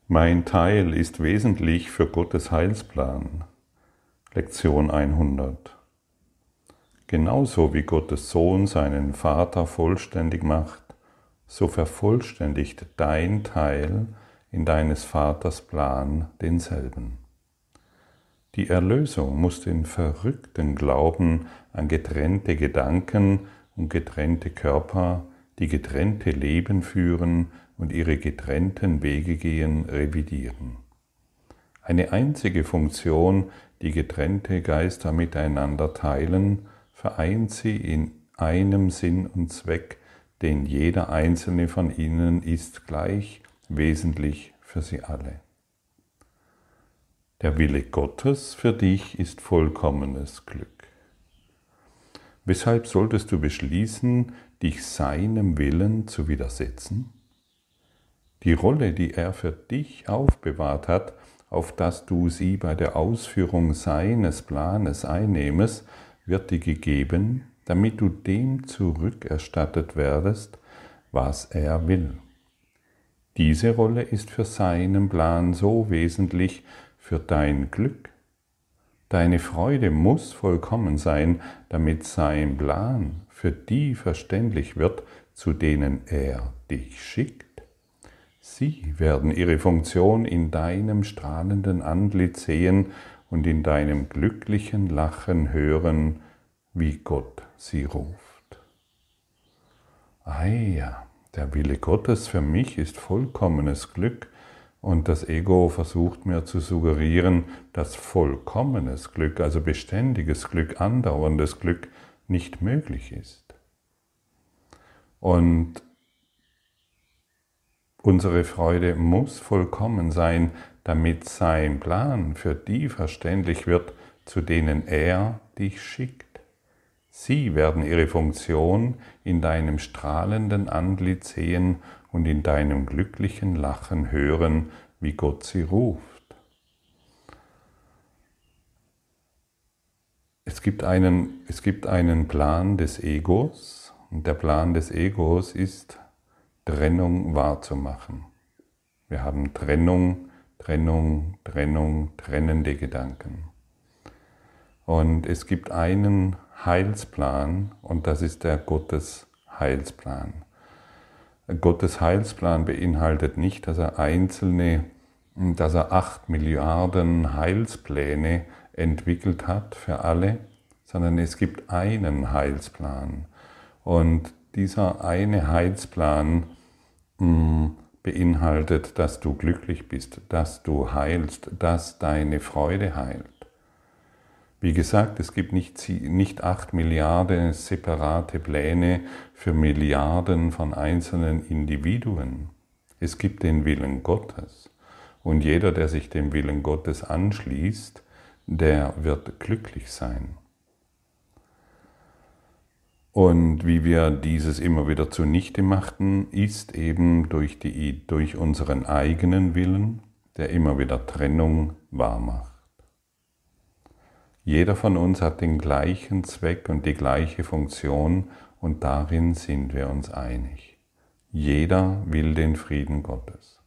Mein Teil ist wesentlich für Gottes Heilsplan. Lektion 100. Genauso wie Gottes Sohn seinen Vater vollständig macht, so vervollständigt dein Teil in deines Vaters Plan denselben. Die Erlösung muss den verrückten Glauben an getrennte Gedanken und getrennte Körper, die getrennte Leben führen und ihre getrennten Wege gehen, revidieren. Eine einzige Funktion, die getrennte Geister miteinander teilen, vereint sie in einem Sinn und Zweck, denn jeder einzelne von ihnen ist gleich wesentlich für sie alle. Der Wille Gottes für dich ist vollkommenes Glück. Weshalb solltest du beschließen, dich seinem Willen zu widersetzen? Die Rolle, die er für dich aufbewahrt hat, auf dass du sie bei der Ausführung seines Planes einnehmest, wird dir gegeben, damit du dem zurückerstattet werdest, was er will. Diese Rolle ist für seinen Plan so wesentlich für dein Glück. Deine Freude muss vollkommen sein, damit sein Plan für die verständlich wird, zu denen er dich schickt. Sie werden ihre Funktion in deinem strahlenden Antlitz sehen und in deinem glücklichen Lachen hören, wie Gott sie ruft. Ja, der Wille Gottes für mich ist vollkommenes Glück und das Ego versucht mir zu suggerieren, dass vollkommenes Glück, also beständiges Glück, andauerndes Glück nicht möglich ist. Und unsere Freude muss vollkommen sein, damit sein Plan für die verständlich wird, zu denen er dich schickt. Sie werden ihre Funktion in deinem strahlenden Antlitz sehen und in deinem glücklichen Lachen hören, wie Gott sie ruft. Es gibt einen Plan des Egos und der Plan des Egos ist, Trennung wahrzumachen. Wir haben trennende Gedanken. Und es gibt einen Heilsplan und das ist der Gottes Heilsplan. Gottes Heilsplan beinhaltet nicht, dass er 8 Milliarden Heilspläne entwickelt hat für alle, sondern es gibt einen Heilsplan. Und dieser eine Heilsplan beinhaltet, dass du glücklich bist, dass du heilst, dass deine Freude heilt. Wie gesagt, es gibt nicht 8 Milliarden separate Pläne für Milliarden von einzelnen Individuen. Es gibt den Willen Gottes. Und jeder, der sich dem Willen Gottes anschließt, der wird glücklich sein. Und wie wir dieses immer wieder zunichte machten, ist eben durch unseren eigenen Willen, der immer wieder Trennung wahrmacht. Jeder von uns hat den gleichen Zweck und die gleiche Funktion und darin sind wir uns einig. Jeder will den Frieden Gottes.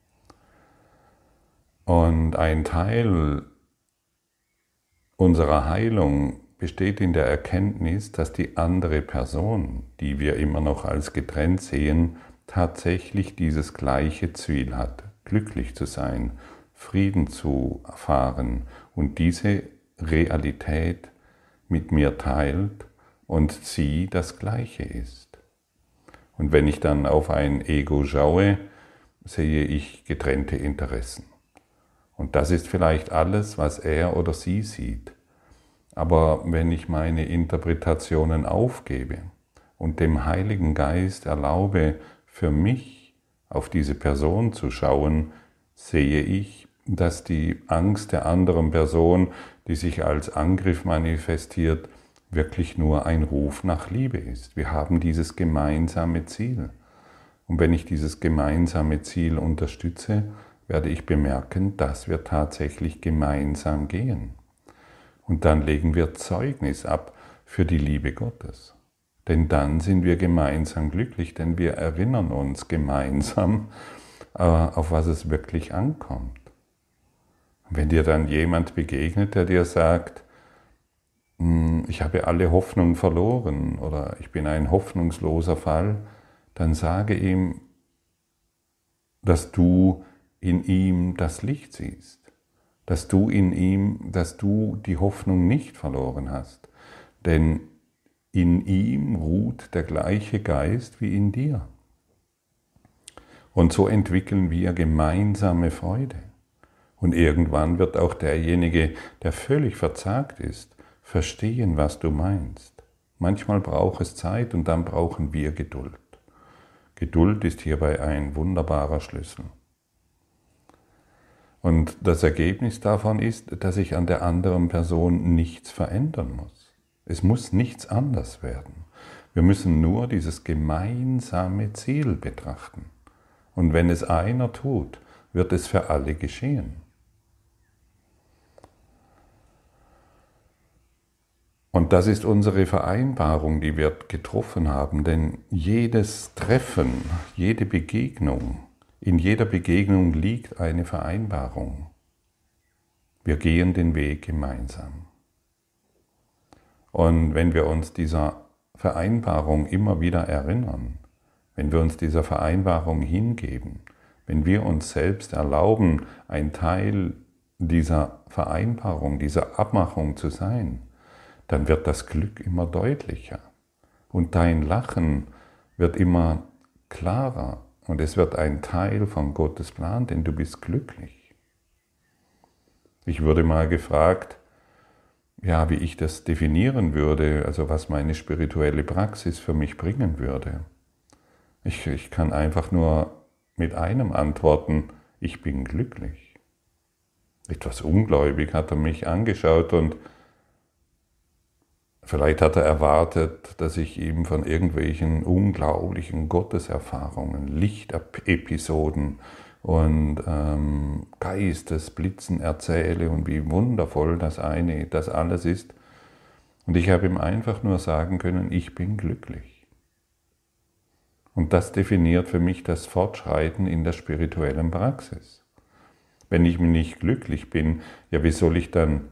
Und ein Teil unserer Heilung besteht in der Erkenntnis, dass die andere Person, die wir immer noch als getrennt sehen, tatsächlich dieses gleiche Ziel hat, glücklich zu sein, Frieden zu erfahren und diese Realität mit mir teilt und sie das Gleiche ist. Und wenn ich dann auf ein Ego schaue, sehe ich getrennte Interessen. Und das ist vielleicht alles, was er oder sie sieht. Aber wenn ich meine Interpretationen aufgebe und dem Heiligen Geist erlaube, für mich auf diese Person zu schauen, sehe ich, dass die Angst der anderen Person, die sich als Angriff manifestiert, wirklich nur ein Ruf nach Liebe ist. Wir haben dieses gemeinsame Ziel. Und wenn ich dieses gemeinsame Ziel unterstütze, werde ich bemerken, dass wir tatsächlich gemeinsam gehen. Und dann legen wir Zeugnis ab für die Liebe Gottes. Denn dann sind wir gemeinsam glücklich, denn wir erinnern uns gemeinsam auf was es wirklich ankommt. Wenn dir dann jemand begegnet, der dir sagt, ich habe alle Hoffnung verloren oder ich bin ein hoffnungsloser Fall, dann sage ihm, dass du in ihm das Licht siehst, dass du die Hoffnung nicht verloren hast, denn in ihm ruht der gleiche Geist wie in dir. Und so entwickeln wir gemeinsame Freude. Und irgendwann wird auch derjenige, der völlig verzagt ist, verstehen, was du meinst. Manchmal braucht es Zeit und dann brauchen wir Geduld. Geduld ist hierbei ein wunderbarer Schlüssel. Und das Ergebnis davon ist, dass sich an der anderen Person nichts verändern muss. Es muss nichts anders werden. Wir müssen nur dieses gemeinsame Ziel betrachten. Und wenn es einer tut, wird es für alle geschehen. Und das ist unsere Vereinbarung, die wir getroffen haben, denn jedes Treffen, jede Begegnung, in jeder Begegnung liegt eine Vereinbarung. Wir gehen den Weg gemeinsam. Und wenn wir uns dieser Vereinbarung immer wieder erinnern, wenn wir uns dieser Vereinbarung hingeben, wenn wir uns selbst erlauben, ein Teil dieser Vereinbarung, dieser Abmachung zu sein, dann wird das Glück immer deutlicher und dein Lachen wird immer klarer und es wird ein Teil von Gottes Plan, denn du bist glücklich. Ich wurde mal gefragt, ja, wie ich das definieren würde, also was meine spirituelle Praxis für mich bringen würde. Ich kann einfach nur mit einem antworten, ich bin glücklich. Etwas ungläubig hat er mich angeschaut und vielleicht hat er erwartet, dass ich ihm von irgendwelchen unglaublichen Gotteserfahrungen, Lichtepisoden und Geistesblitzen erzähle und wie wundervoll das alles ist. Und ich habe ihm einfach nur sagen können, ich bin glücklich. Und das definiert für mich das Fortschreiten in der spirituellen Praxis. Wenn ich nicht glücklich bin, ja, wie soll ich dann...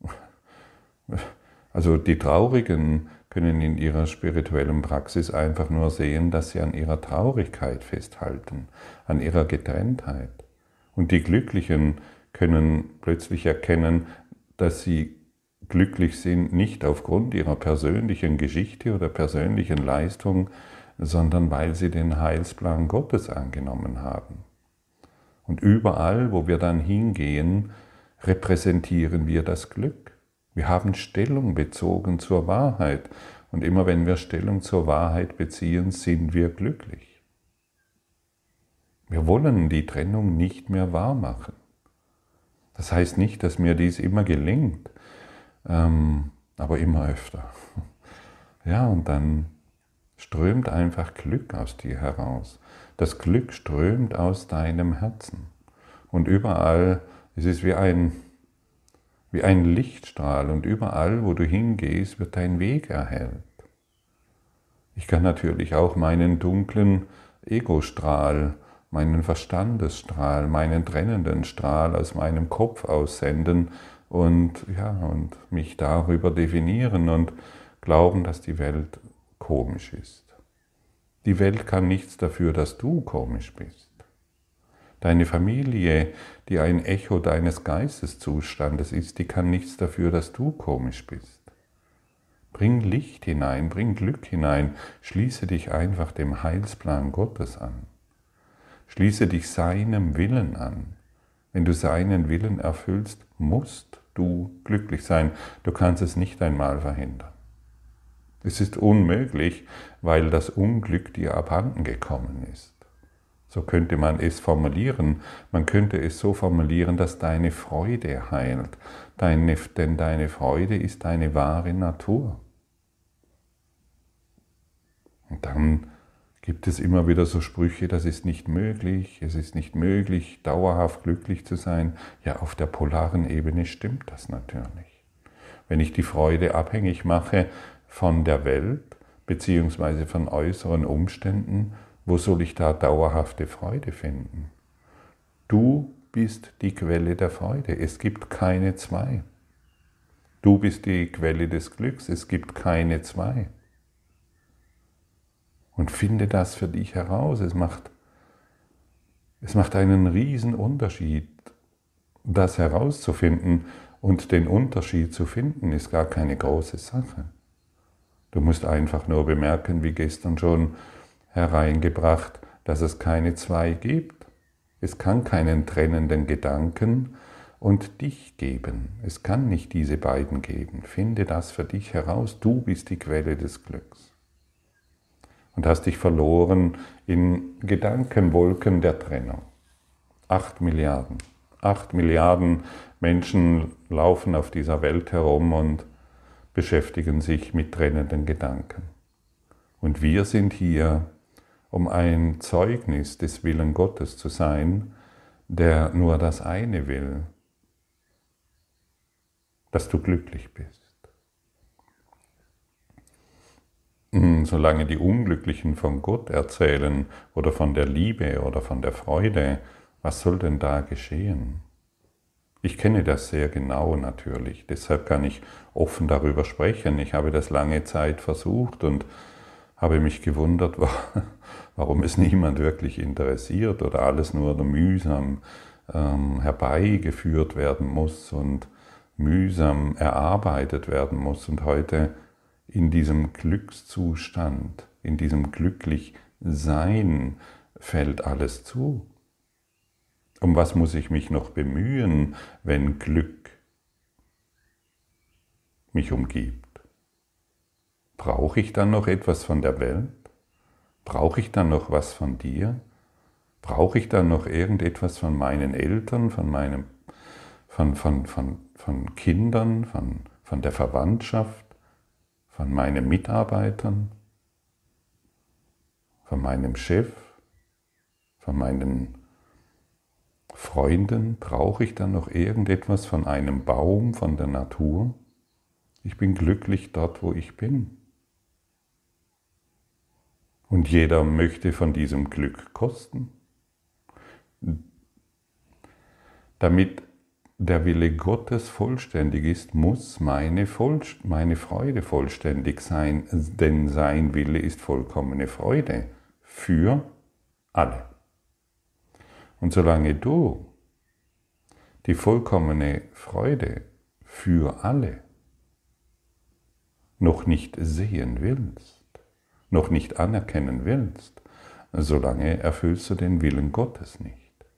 Also die Traurigen können in ihrer spirituellen Praxis einfach nur sehen, dass sie an ihrer Traurigkeit festhalten, an ihrer Getrenntheit. Und die Glücklichen können plötzlich erkennen, dass sie glücklich sind, nicht aufgrund ihrer persönlichen Geschichte oder persönlichen Leistung, sondern weil sie den Heilsplan Gottes angenommen haben. Und überall, wo wir dann hingehen, repräsentieren wir das Glück. Wir haben Stellung bezogen zur Wahrheit und immer wenn wir Stellung zur Wahrheit beziehen, sind wir glücklich. Wir wollen die Trennung nicht mehr wahr machen. Das heißt nicht, dass mir dies immer gelingt, aber immer öfter. Ja, und dann strömt einfach Glück aus dir heraus. Das Glück strömt aus deinem Herzen. Und überall, es ist wie ein Lichtstrahl und überall, wo du hingehst, wird dein Weg erhellt. Ich kann natürlich auch meinen dunklen Ego-Strahl, meinen Verstandesstrahl, meinen trennenden Strahl aus meinem Kopf aussenden und mich darüber definieren und glauben, dass die Welt komisch ist. Die Welt kann nichts dafür, dass du komisch bist. Deine Familie, die ein Echo deines Geisteszustandes ist, die kann nichts dafür, dass du komisch bist. Bring Licht hinein, bring Glück hinein, schließe dich einfach dem Heilsplan Gottes an. Schließe dich seinem Willen an. Wenn du seinen Willen erfüllst, musst du glücklich sein. Du kannst es nicht einmal verhindern. Es ist unmöglich, weil das Unglück dir abhanden gekommen ist. So könnte man es formulieren. Man könnte es so formulieren, dass deine Freude heilt. Denn deine Freude ist deine wahre Natur. Und dann gibt es immer wieder so Sprüche, das ist nicht möglich, es ist nicht möglich, dauerhaft glücklich zu sein. Ja, auf der polaren Ebene stimmt das natürlich. Wenn ich die Freude abhängig mache von der Welt, beziehungsweise von äußeren Umständen, wo soll ich da dauerhafte Freude finden? Du bist die Quelle der Freude. Es gibt keine zwei. Du bist die Quelle des Glücks. Es gibt keine zwei. Und finde das für dich heraus. Es macht einen riesen Unterschied, das herauszufinden. Und den Unterschied zu finden, ist gar keine große Sache. Du musst einfach nur bemerken, wie gestern schon hereingebracht, dass es keine zwei gibt. Es kann keinen trennenden Gedanken und dich geben. Es kann nicht diese beiden geben. Finde das für dich heraus. Du bist die Quelle des Glücks. Und hast dich verloren in Gedankenwolken der Trennung. 8 Milliarden. 8 Milliarden Menschen laufen auf dieser Welt herum und beschäftigen sich mit trennenden Gedanken. Und wir sind hier, um ein Zeugnis des Willen Gottes zu sein, der nur das eine will, dass du glücklich bist. Solange die Unglücklichen von Gott erzählen oder von der Liebe oder von der Freude, was soll denn da geschehen? Ich kenne das sehr genau natürlich, deshalb kann ich offen darüber sprechen. Ich habe das lange Zeit versucht und habe mich gewundert, warum es niemand wirklich interessiert oder alles nur mühsam herbeigeführt werden muss und mühsam erarbeitet werden muss. Und heute in diesem Glückszustand, in diesem Glücklichsein fällt alles zu. Um was muss ich mich noch bemühen, wenn Glück mich umgibt? Brauche ich dann noch etwas von der Welt? Brauche ich dann noch was von dir? Brauche ich dann noch irgendetwas von meinen Eltern, von Kindern, von der Verwandtschaft, von meinen Mitarbeitern, von meinem Chef, von meinen Freunden? Brauche ich dann noch irgendetwas von einem Baum, von der Natur? Ich bin glücklich dort, wo ich bin. Und jeder möchte von diesem Glück kosten. Damit der Wille Gottes vollständig ist, muss meine Freude vollständig sein, denn sein Wille ist vollkommene Freude für alle. Und solange du die vollkommene Freude für alle noch nicht sehen willst, noch nicht anerkennen willst, solange erfüllst du den Willen Gottes nicht.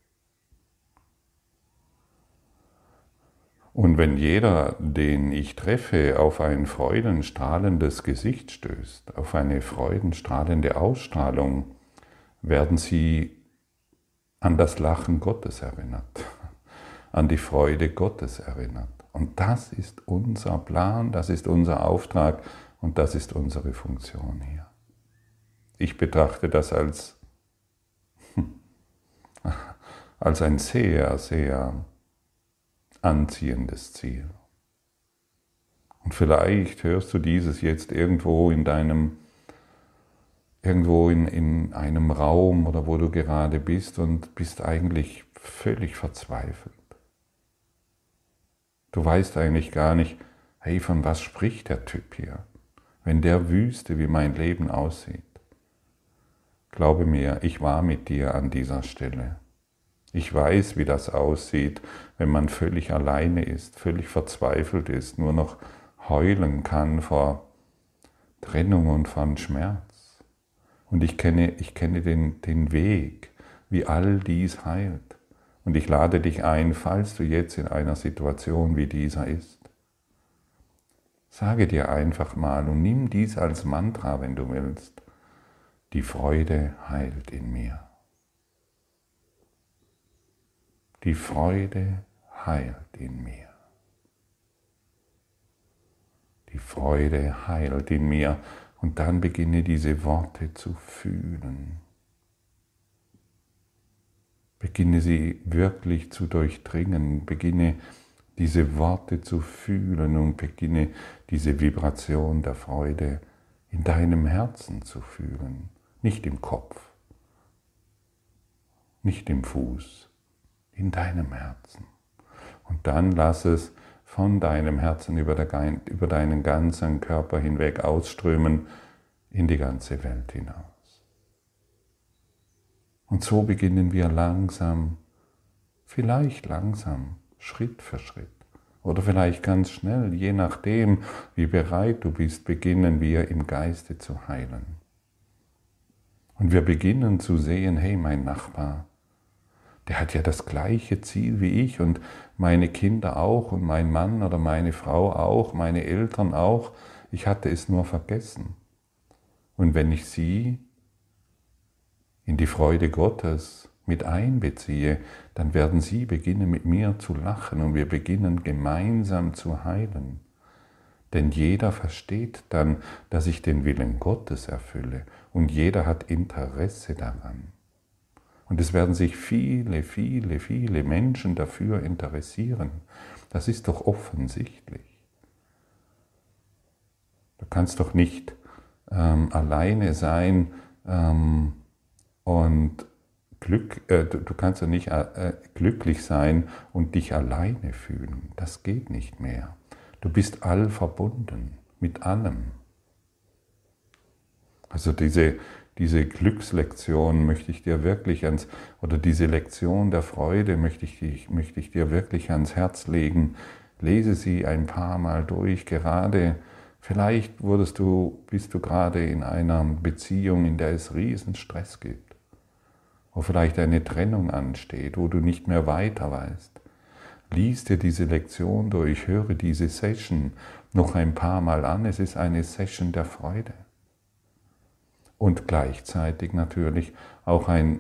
Und wenn jeder, den ich treffe, auf ein freudenstrahlendes Gesicht stößt, auf eine freudenstrahlende Ausstrahlung, werden sie an das Lachen Gottes erinnert, an die Freude Gottes erinnert. Und das ist unser Plan, das ist unser Auftrag und das ist unsere Funktion hier. Ich betrachte das als ein sehr, sehr anziehendes Ziel. Und vielleicht hörst du dieses jetzt irgendwo in einem Raum oder wo du gerade bist und bist eigentlich völlig verzweifelt. Du weißt eigentlich gar nicht, hey, von was spricht der Typ hier, wenn der wüsste, wie mein Leben aussieht. Glaube mir, ich war mit dir an dieser Stelle. Ich weiß, wie das aussieht, wenn man völlig alleine ist, völlig verzweifelt ist, nur noch heulen kann vor Trennung und von Schmerz. Und ich kenne den Weg, wie all dies heilt. Und ich lade dich ein, falls du jetzt in einer Situation wie dieser ist. Sage dir einfach mal und nimm dies als Mantra, wenn du willst. Die Freude heilt in mir. Die Freude heilt in mir. Die Freude heilt in mir. Und dann beginne diese Worte zu fühlen. Beginne sie wirklich zu durchdringen. Beginne diese Worte zu fühlen und beginne diese Vibration der Freude in deinem Herzen zu fühlen. Nicht im Kopf, nicht im Fuß, in deinem Herzen. Und dann lass es von deinem Herzen über deinen ganzen Körper hinweg ausströmen in die ganze Welt hinaus. Und so beginnen wir langsam, vielleicht langsam, Schritt für Schritt, oder vielleicht ganz schnell, je nachdem, wie bereit du bist, beginnen wir im Geiste zu heilen. Und wir beginnen zu sehen, hey, mein Nachbar, der hat ja das gleiche Ziel wie ich und meine Kinder auch und mein Mann oder meine Frau auch, meine Eltern auch. Ich hatte es nur vergessen. Und wenn ich sie in die Freude Gottes mit einbeziehe, dann werden sie beginnen mit mir zu lachen und wir beginnen gemeinsam zu heilen. Denn jeder versteht dann, dass ich den Willen Gottes erfülle und jeder hat Interesse daran. Und es werden sich viele, viele, viele Menschen dafür interessieren. Das ist doch offensichtlich. Du kannst doch nicht alleine sein und du kannst ja nicht glücklich sein und dich alleine fühlen. Das geht nicht mehr. Du bist allverbunden mit allem. Also diese Glückslektion möchte ich dir wirklich oder diese Lektion der Freude möchte ich dir wirklich ans Herz legen. Lese sie ein paar Mal durch, gerade vielleicht bist du gerade in einer Beziehung, in der es riesen Stress gibt, wo vielleicht eine Trennung ansteht, wo du nicht mehr weiter weißt. Lies dir diese Lektion durch, höre diese Session noch ein paar Mal an. Es ist eine Session der Freude. Und gleichzeitig natürlich auch ein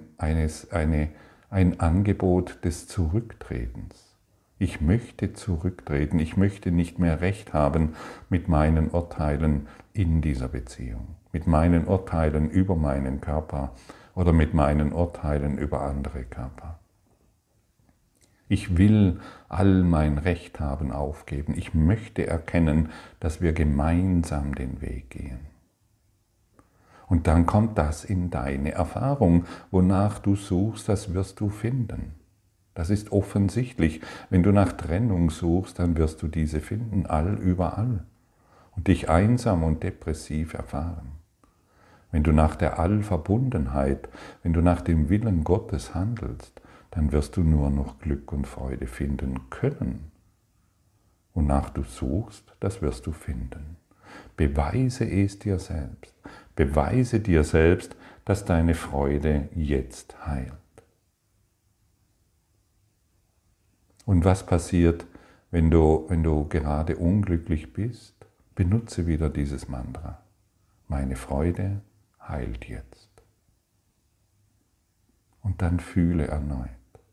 Angebot des Zurücktretens. Ich möchte zurücktreten, ich möchte nicht mehr Recht haben mit meinen Urteilen in dieser Beziehung, mit meinen Urteilen über meinen Körper oder mit meinen Urteilen über andere Körper. Ich will all mein Recht haben aufgeben. Ich möchte erkennen, dass wir gemeinsam den Weg gehen. Und dann kommt das in deine Erfahrung. Wonach du suchst, das wirst du finden. Das ist offensichtlich. Wenn du nach Trennung suchst, dann wirst du diese finden, überall. Und dich einsam und depressiv erfahren. Wenn du nach der Allverbundenheit, wenn du nach dem Willen Gottes handelst, dann wirst du nur noch Glück und Freude finden können. Wonach du suchst, das wirst du finden. Beweise es dir selbst. Beweise dir selbst, dass deine Freude jetzt heilt. Und was passiert, wenn du gerade unglücklich bist? Benutze wieder dieses Mantra. Meine Freude heilt jetzt. Und dann fühle erneut.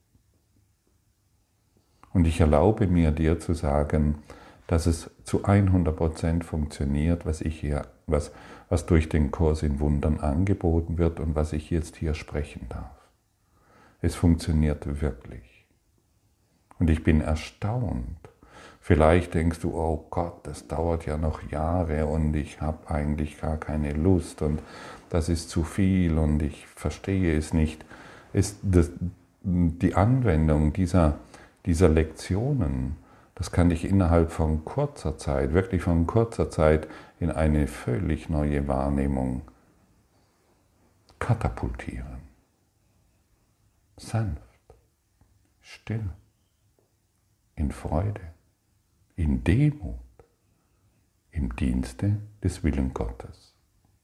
Und ich erlaube mir, dir zu sagen, dass es zu 100% funktioniert, was durch den Kurs in Wundern angeboten wird und was ich jetzt hier sprechen darf. Es funktioniert wirklich. Und ich bin erstaunt. Vielleicht denkst du, oh Gott, das dauert ja noch Jahre und ich habe eigentlich gar keine Lust und das ist zu viel und ich verstehe es nicht. Die Anwendung dieser Lektionen, das kann dich innerhalb von kurzer Zeit, wirklich von kurzer Zeit, in eine völlig neue Wahrnehmung katapultieren. Sanft, still, in Freude, in Demut, im Dienste des Willens Gottes.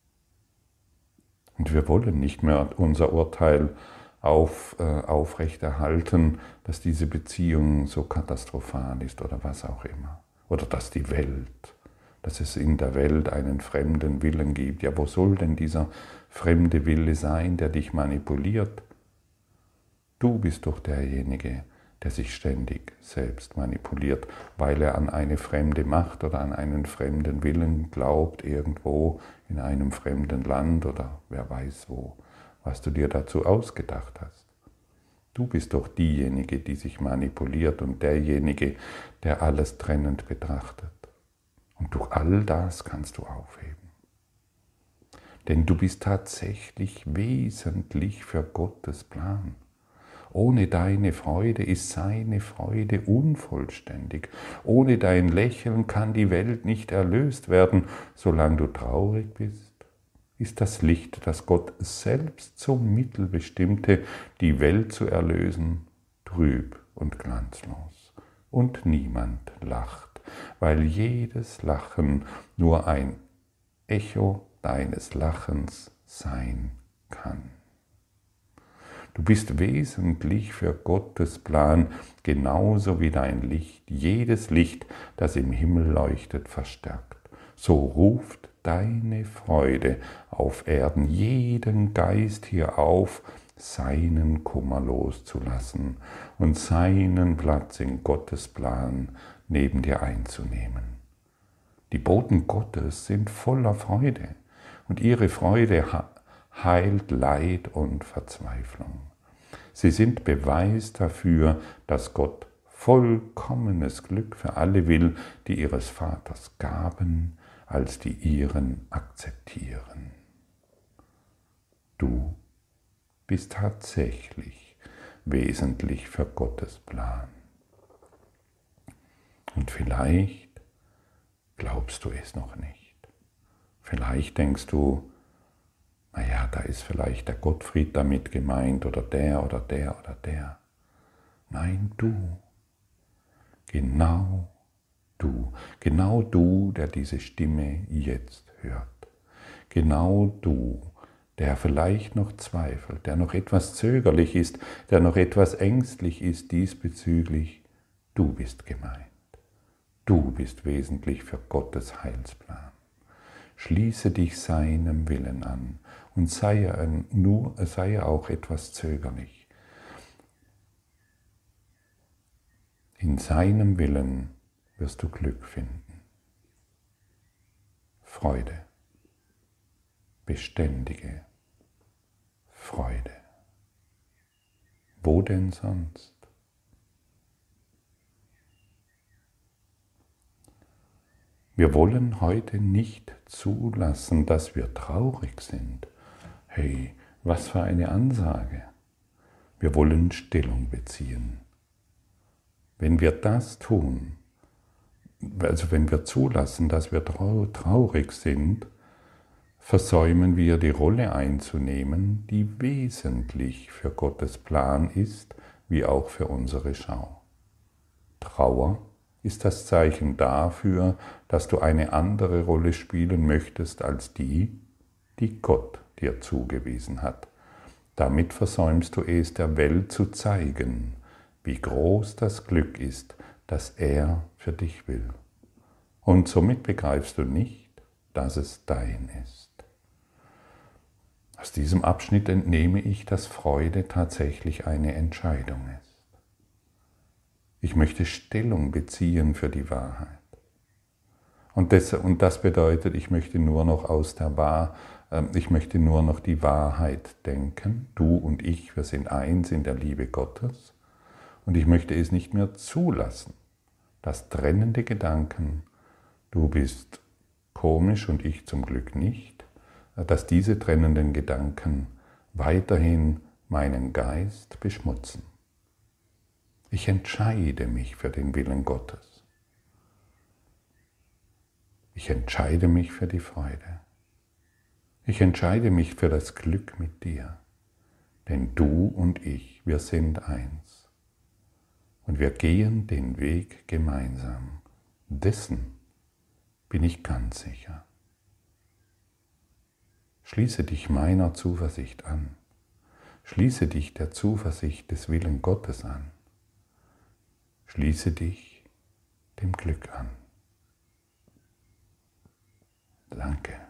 Und wir wollen nicht mehr unser Urteil aufrechterhalten, dass diese Beziehung so katastrophal ist oder was auch immer. Oder dass es in der Welt einen fremden Willen gibt. Ja, wo soll denn dieser fremde Wille sein, der dich manipuliert? Du bist doch derjenige, der sich ständig selbst manipuliert, weil er an eine fremde Macht oder an einen fremden Willen glaubt, irgendwo in einem fremden Land oder wer weiß wo, was du dir dazu ausgedacht hast. Du bist doch diejenige, die sich manipuliert und derjenige, der alles trennend betrachtet. Und durch all das kannst du aufheben. Denn du bist tatsächlich wesentlich für Gottes Plan. Ohne deine Freude ist seine Freude unvollständig. Ohne dein Lächeln kann die Welt nicht erlöst werden. Solange du traurig bist, ist das Licht, das Gott selbst zum Mittel bestimmte, die Welt zu erlösen, trüb und glanzlos. Und niemand lacht, weil jedes Lachen nur ein Echo deines Lachens sein kann. Du bist wesentlich für Gottes Plan, genauso wie dein Licht jedes Licht, das im Himmel leuchtet, verstärkt. So ruft deine Freude auf Erden jeden Geist hier auf, seinen Kummer loszulassen und seinen Platz in Gottes Plan neben dir einzunehmen. Die Boten Gottes sind voller Freude und ihre Freude heilt Leid und Verzweiflung. Sie sind Beweis dafür, dass Gott vollkommenes Glück für alle will, die ihres Vaters Gaben als die ihren akzeptieren. Du bist tatsächlich wesentlich für Gottes Plan. Und vielleicht glaubst du es noch nicht. Vielleicht denkst du, naja, da ist vielleicht der Gottfried damit gemeint oder der oder der oder der. Nein, du. Genau du, der diese Stimme jetzt hört. Genau du, der vielleicht noch zweifelt, der noch etwas zögerlich ist, der noch etwas ängstlich ist diesbezüglich. Du bist gemeint. Du bist wesentlich für Gottes Heilsplan. Schließe dich seinem Willen an und sei er auch etwas zögerlich. In seinem Willen wirst du Glück finden. Freude. Beständige Freude. Wo denn sonst? Wir wollen heute nicht zulassen, dass wir traurig sind. Hey, was für eine Ansage. Wir wollen Stellung beziehen. Wenn wir das tun, also wenn wir zulassen, dass wir traurig sind, versäumen wir die Rolle einzunehmen, die wesentlich für Gottes Plan ist, wie auch für unsere Schau. Trauer ist das Zeichen dafür, dass du eine andere Rolle spielen möchtest als die, die Gott dir zugewiesen hat. Damit versäumst du es, der Welt zu zeigen, wie groß das Glück ist, das er für dich will. Und somit begreifst du nicht, dass es dein ist. Aus diesem Abschnitt entnehme ich, dass Freude tatsächlich eine Entscheidung ist. Ich möchte Stellung beziehen für die Wahrheit. Und das bedeutet, ich möchte nur noch die Wahrheit denken. Du und ich, wir sind eins in der Liebe Gottes. Und ich möchte es nicht mehr zulassen, dass trennende Gedanken, du bist komisch und ich zum Glück nicht, dass diese trennenden Gedanken weiterhin meinen Geist beschmutzen. Ich entscheide mich für den Willen Gottes. Ich entscheide mich für die Freude. Ich entscheide mich für das Glück mit dir. Denn du und ich, wir sind eins. Und wir gehen den Weg gemeinsam. Dessen bin ich ganz sicher. Schließe dich meiner Zuversicht an. Schließe dich der Zuversicht des Willens Gottes an. Schließe dich dem Glück an. Danke.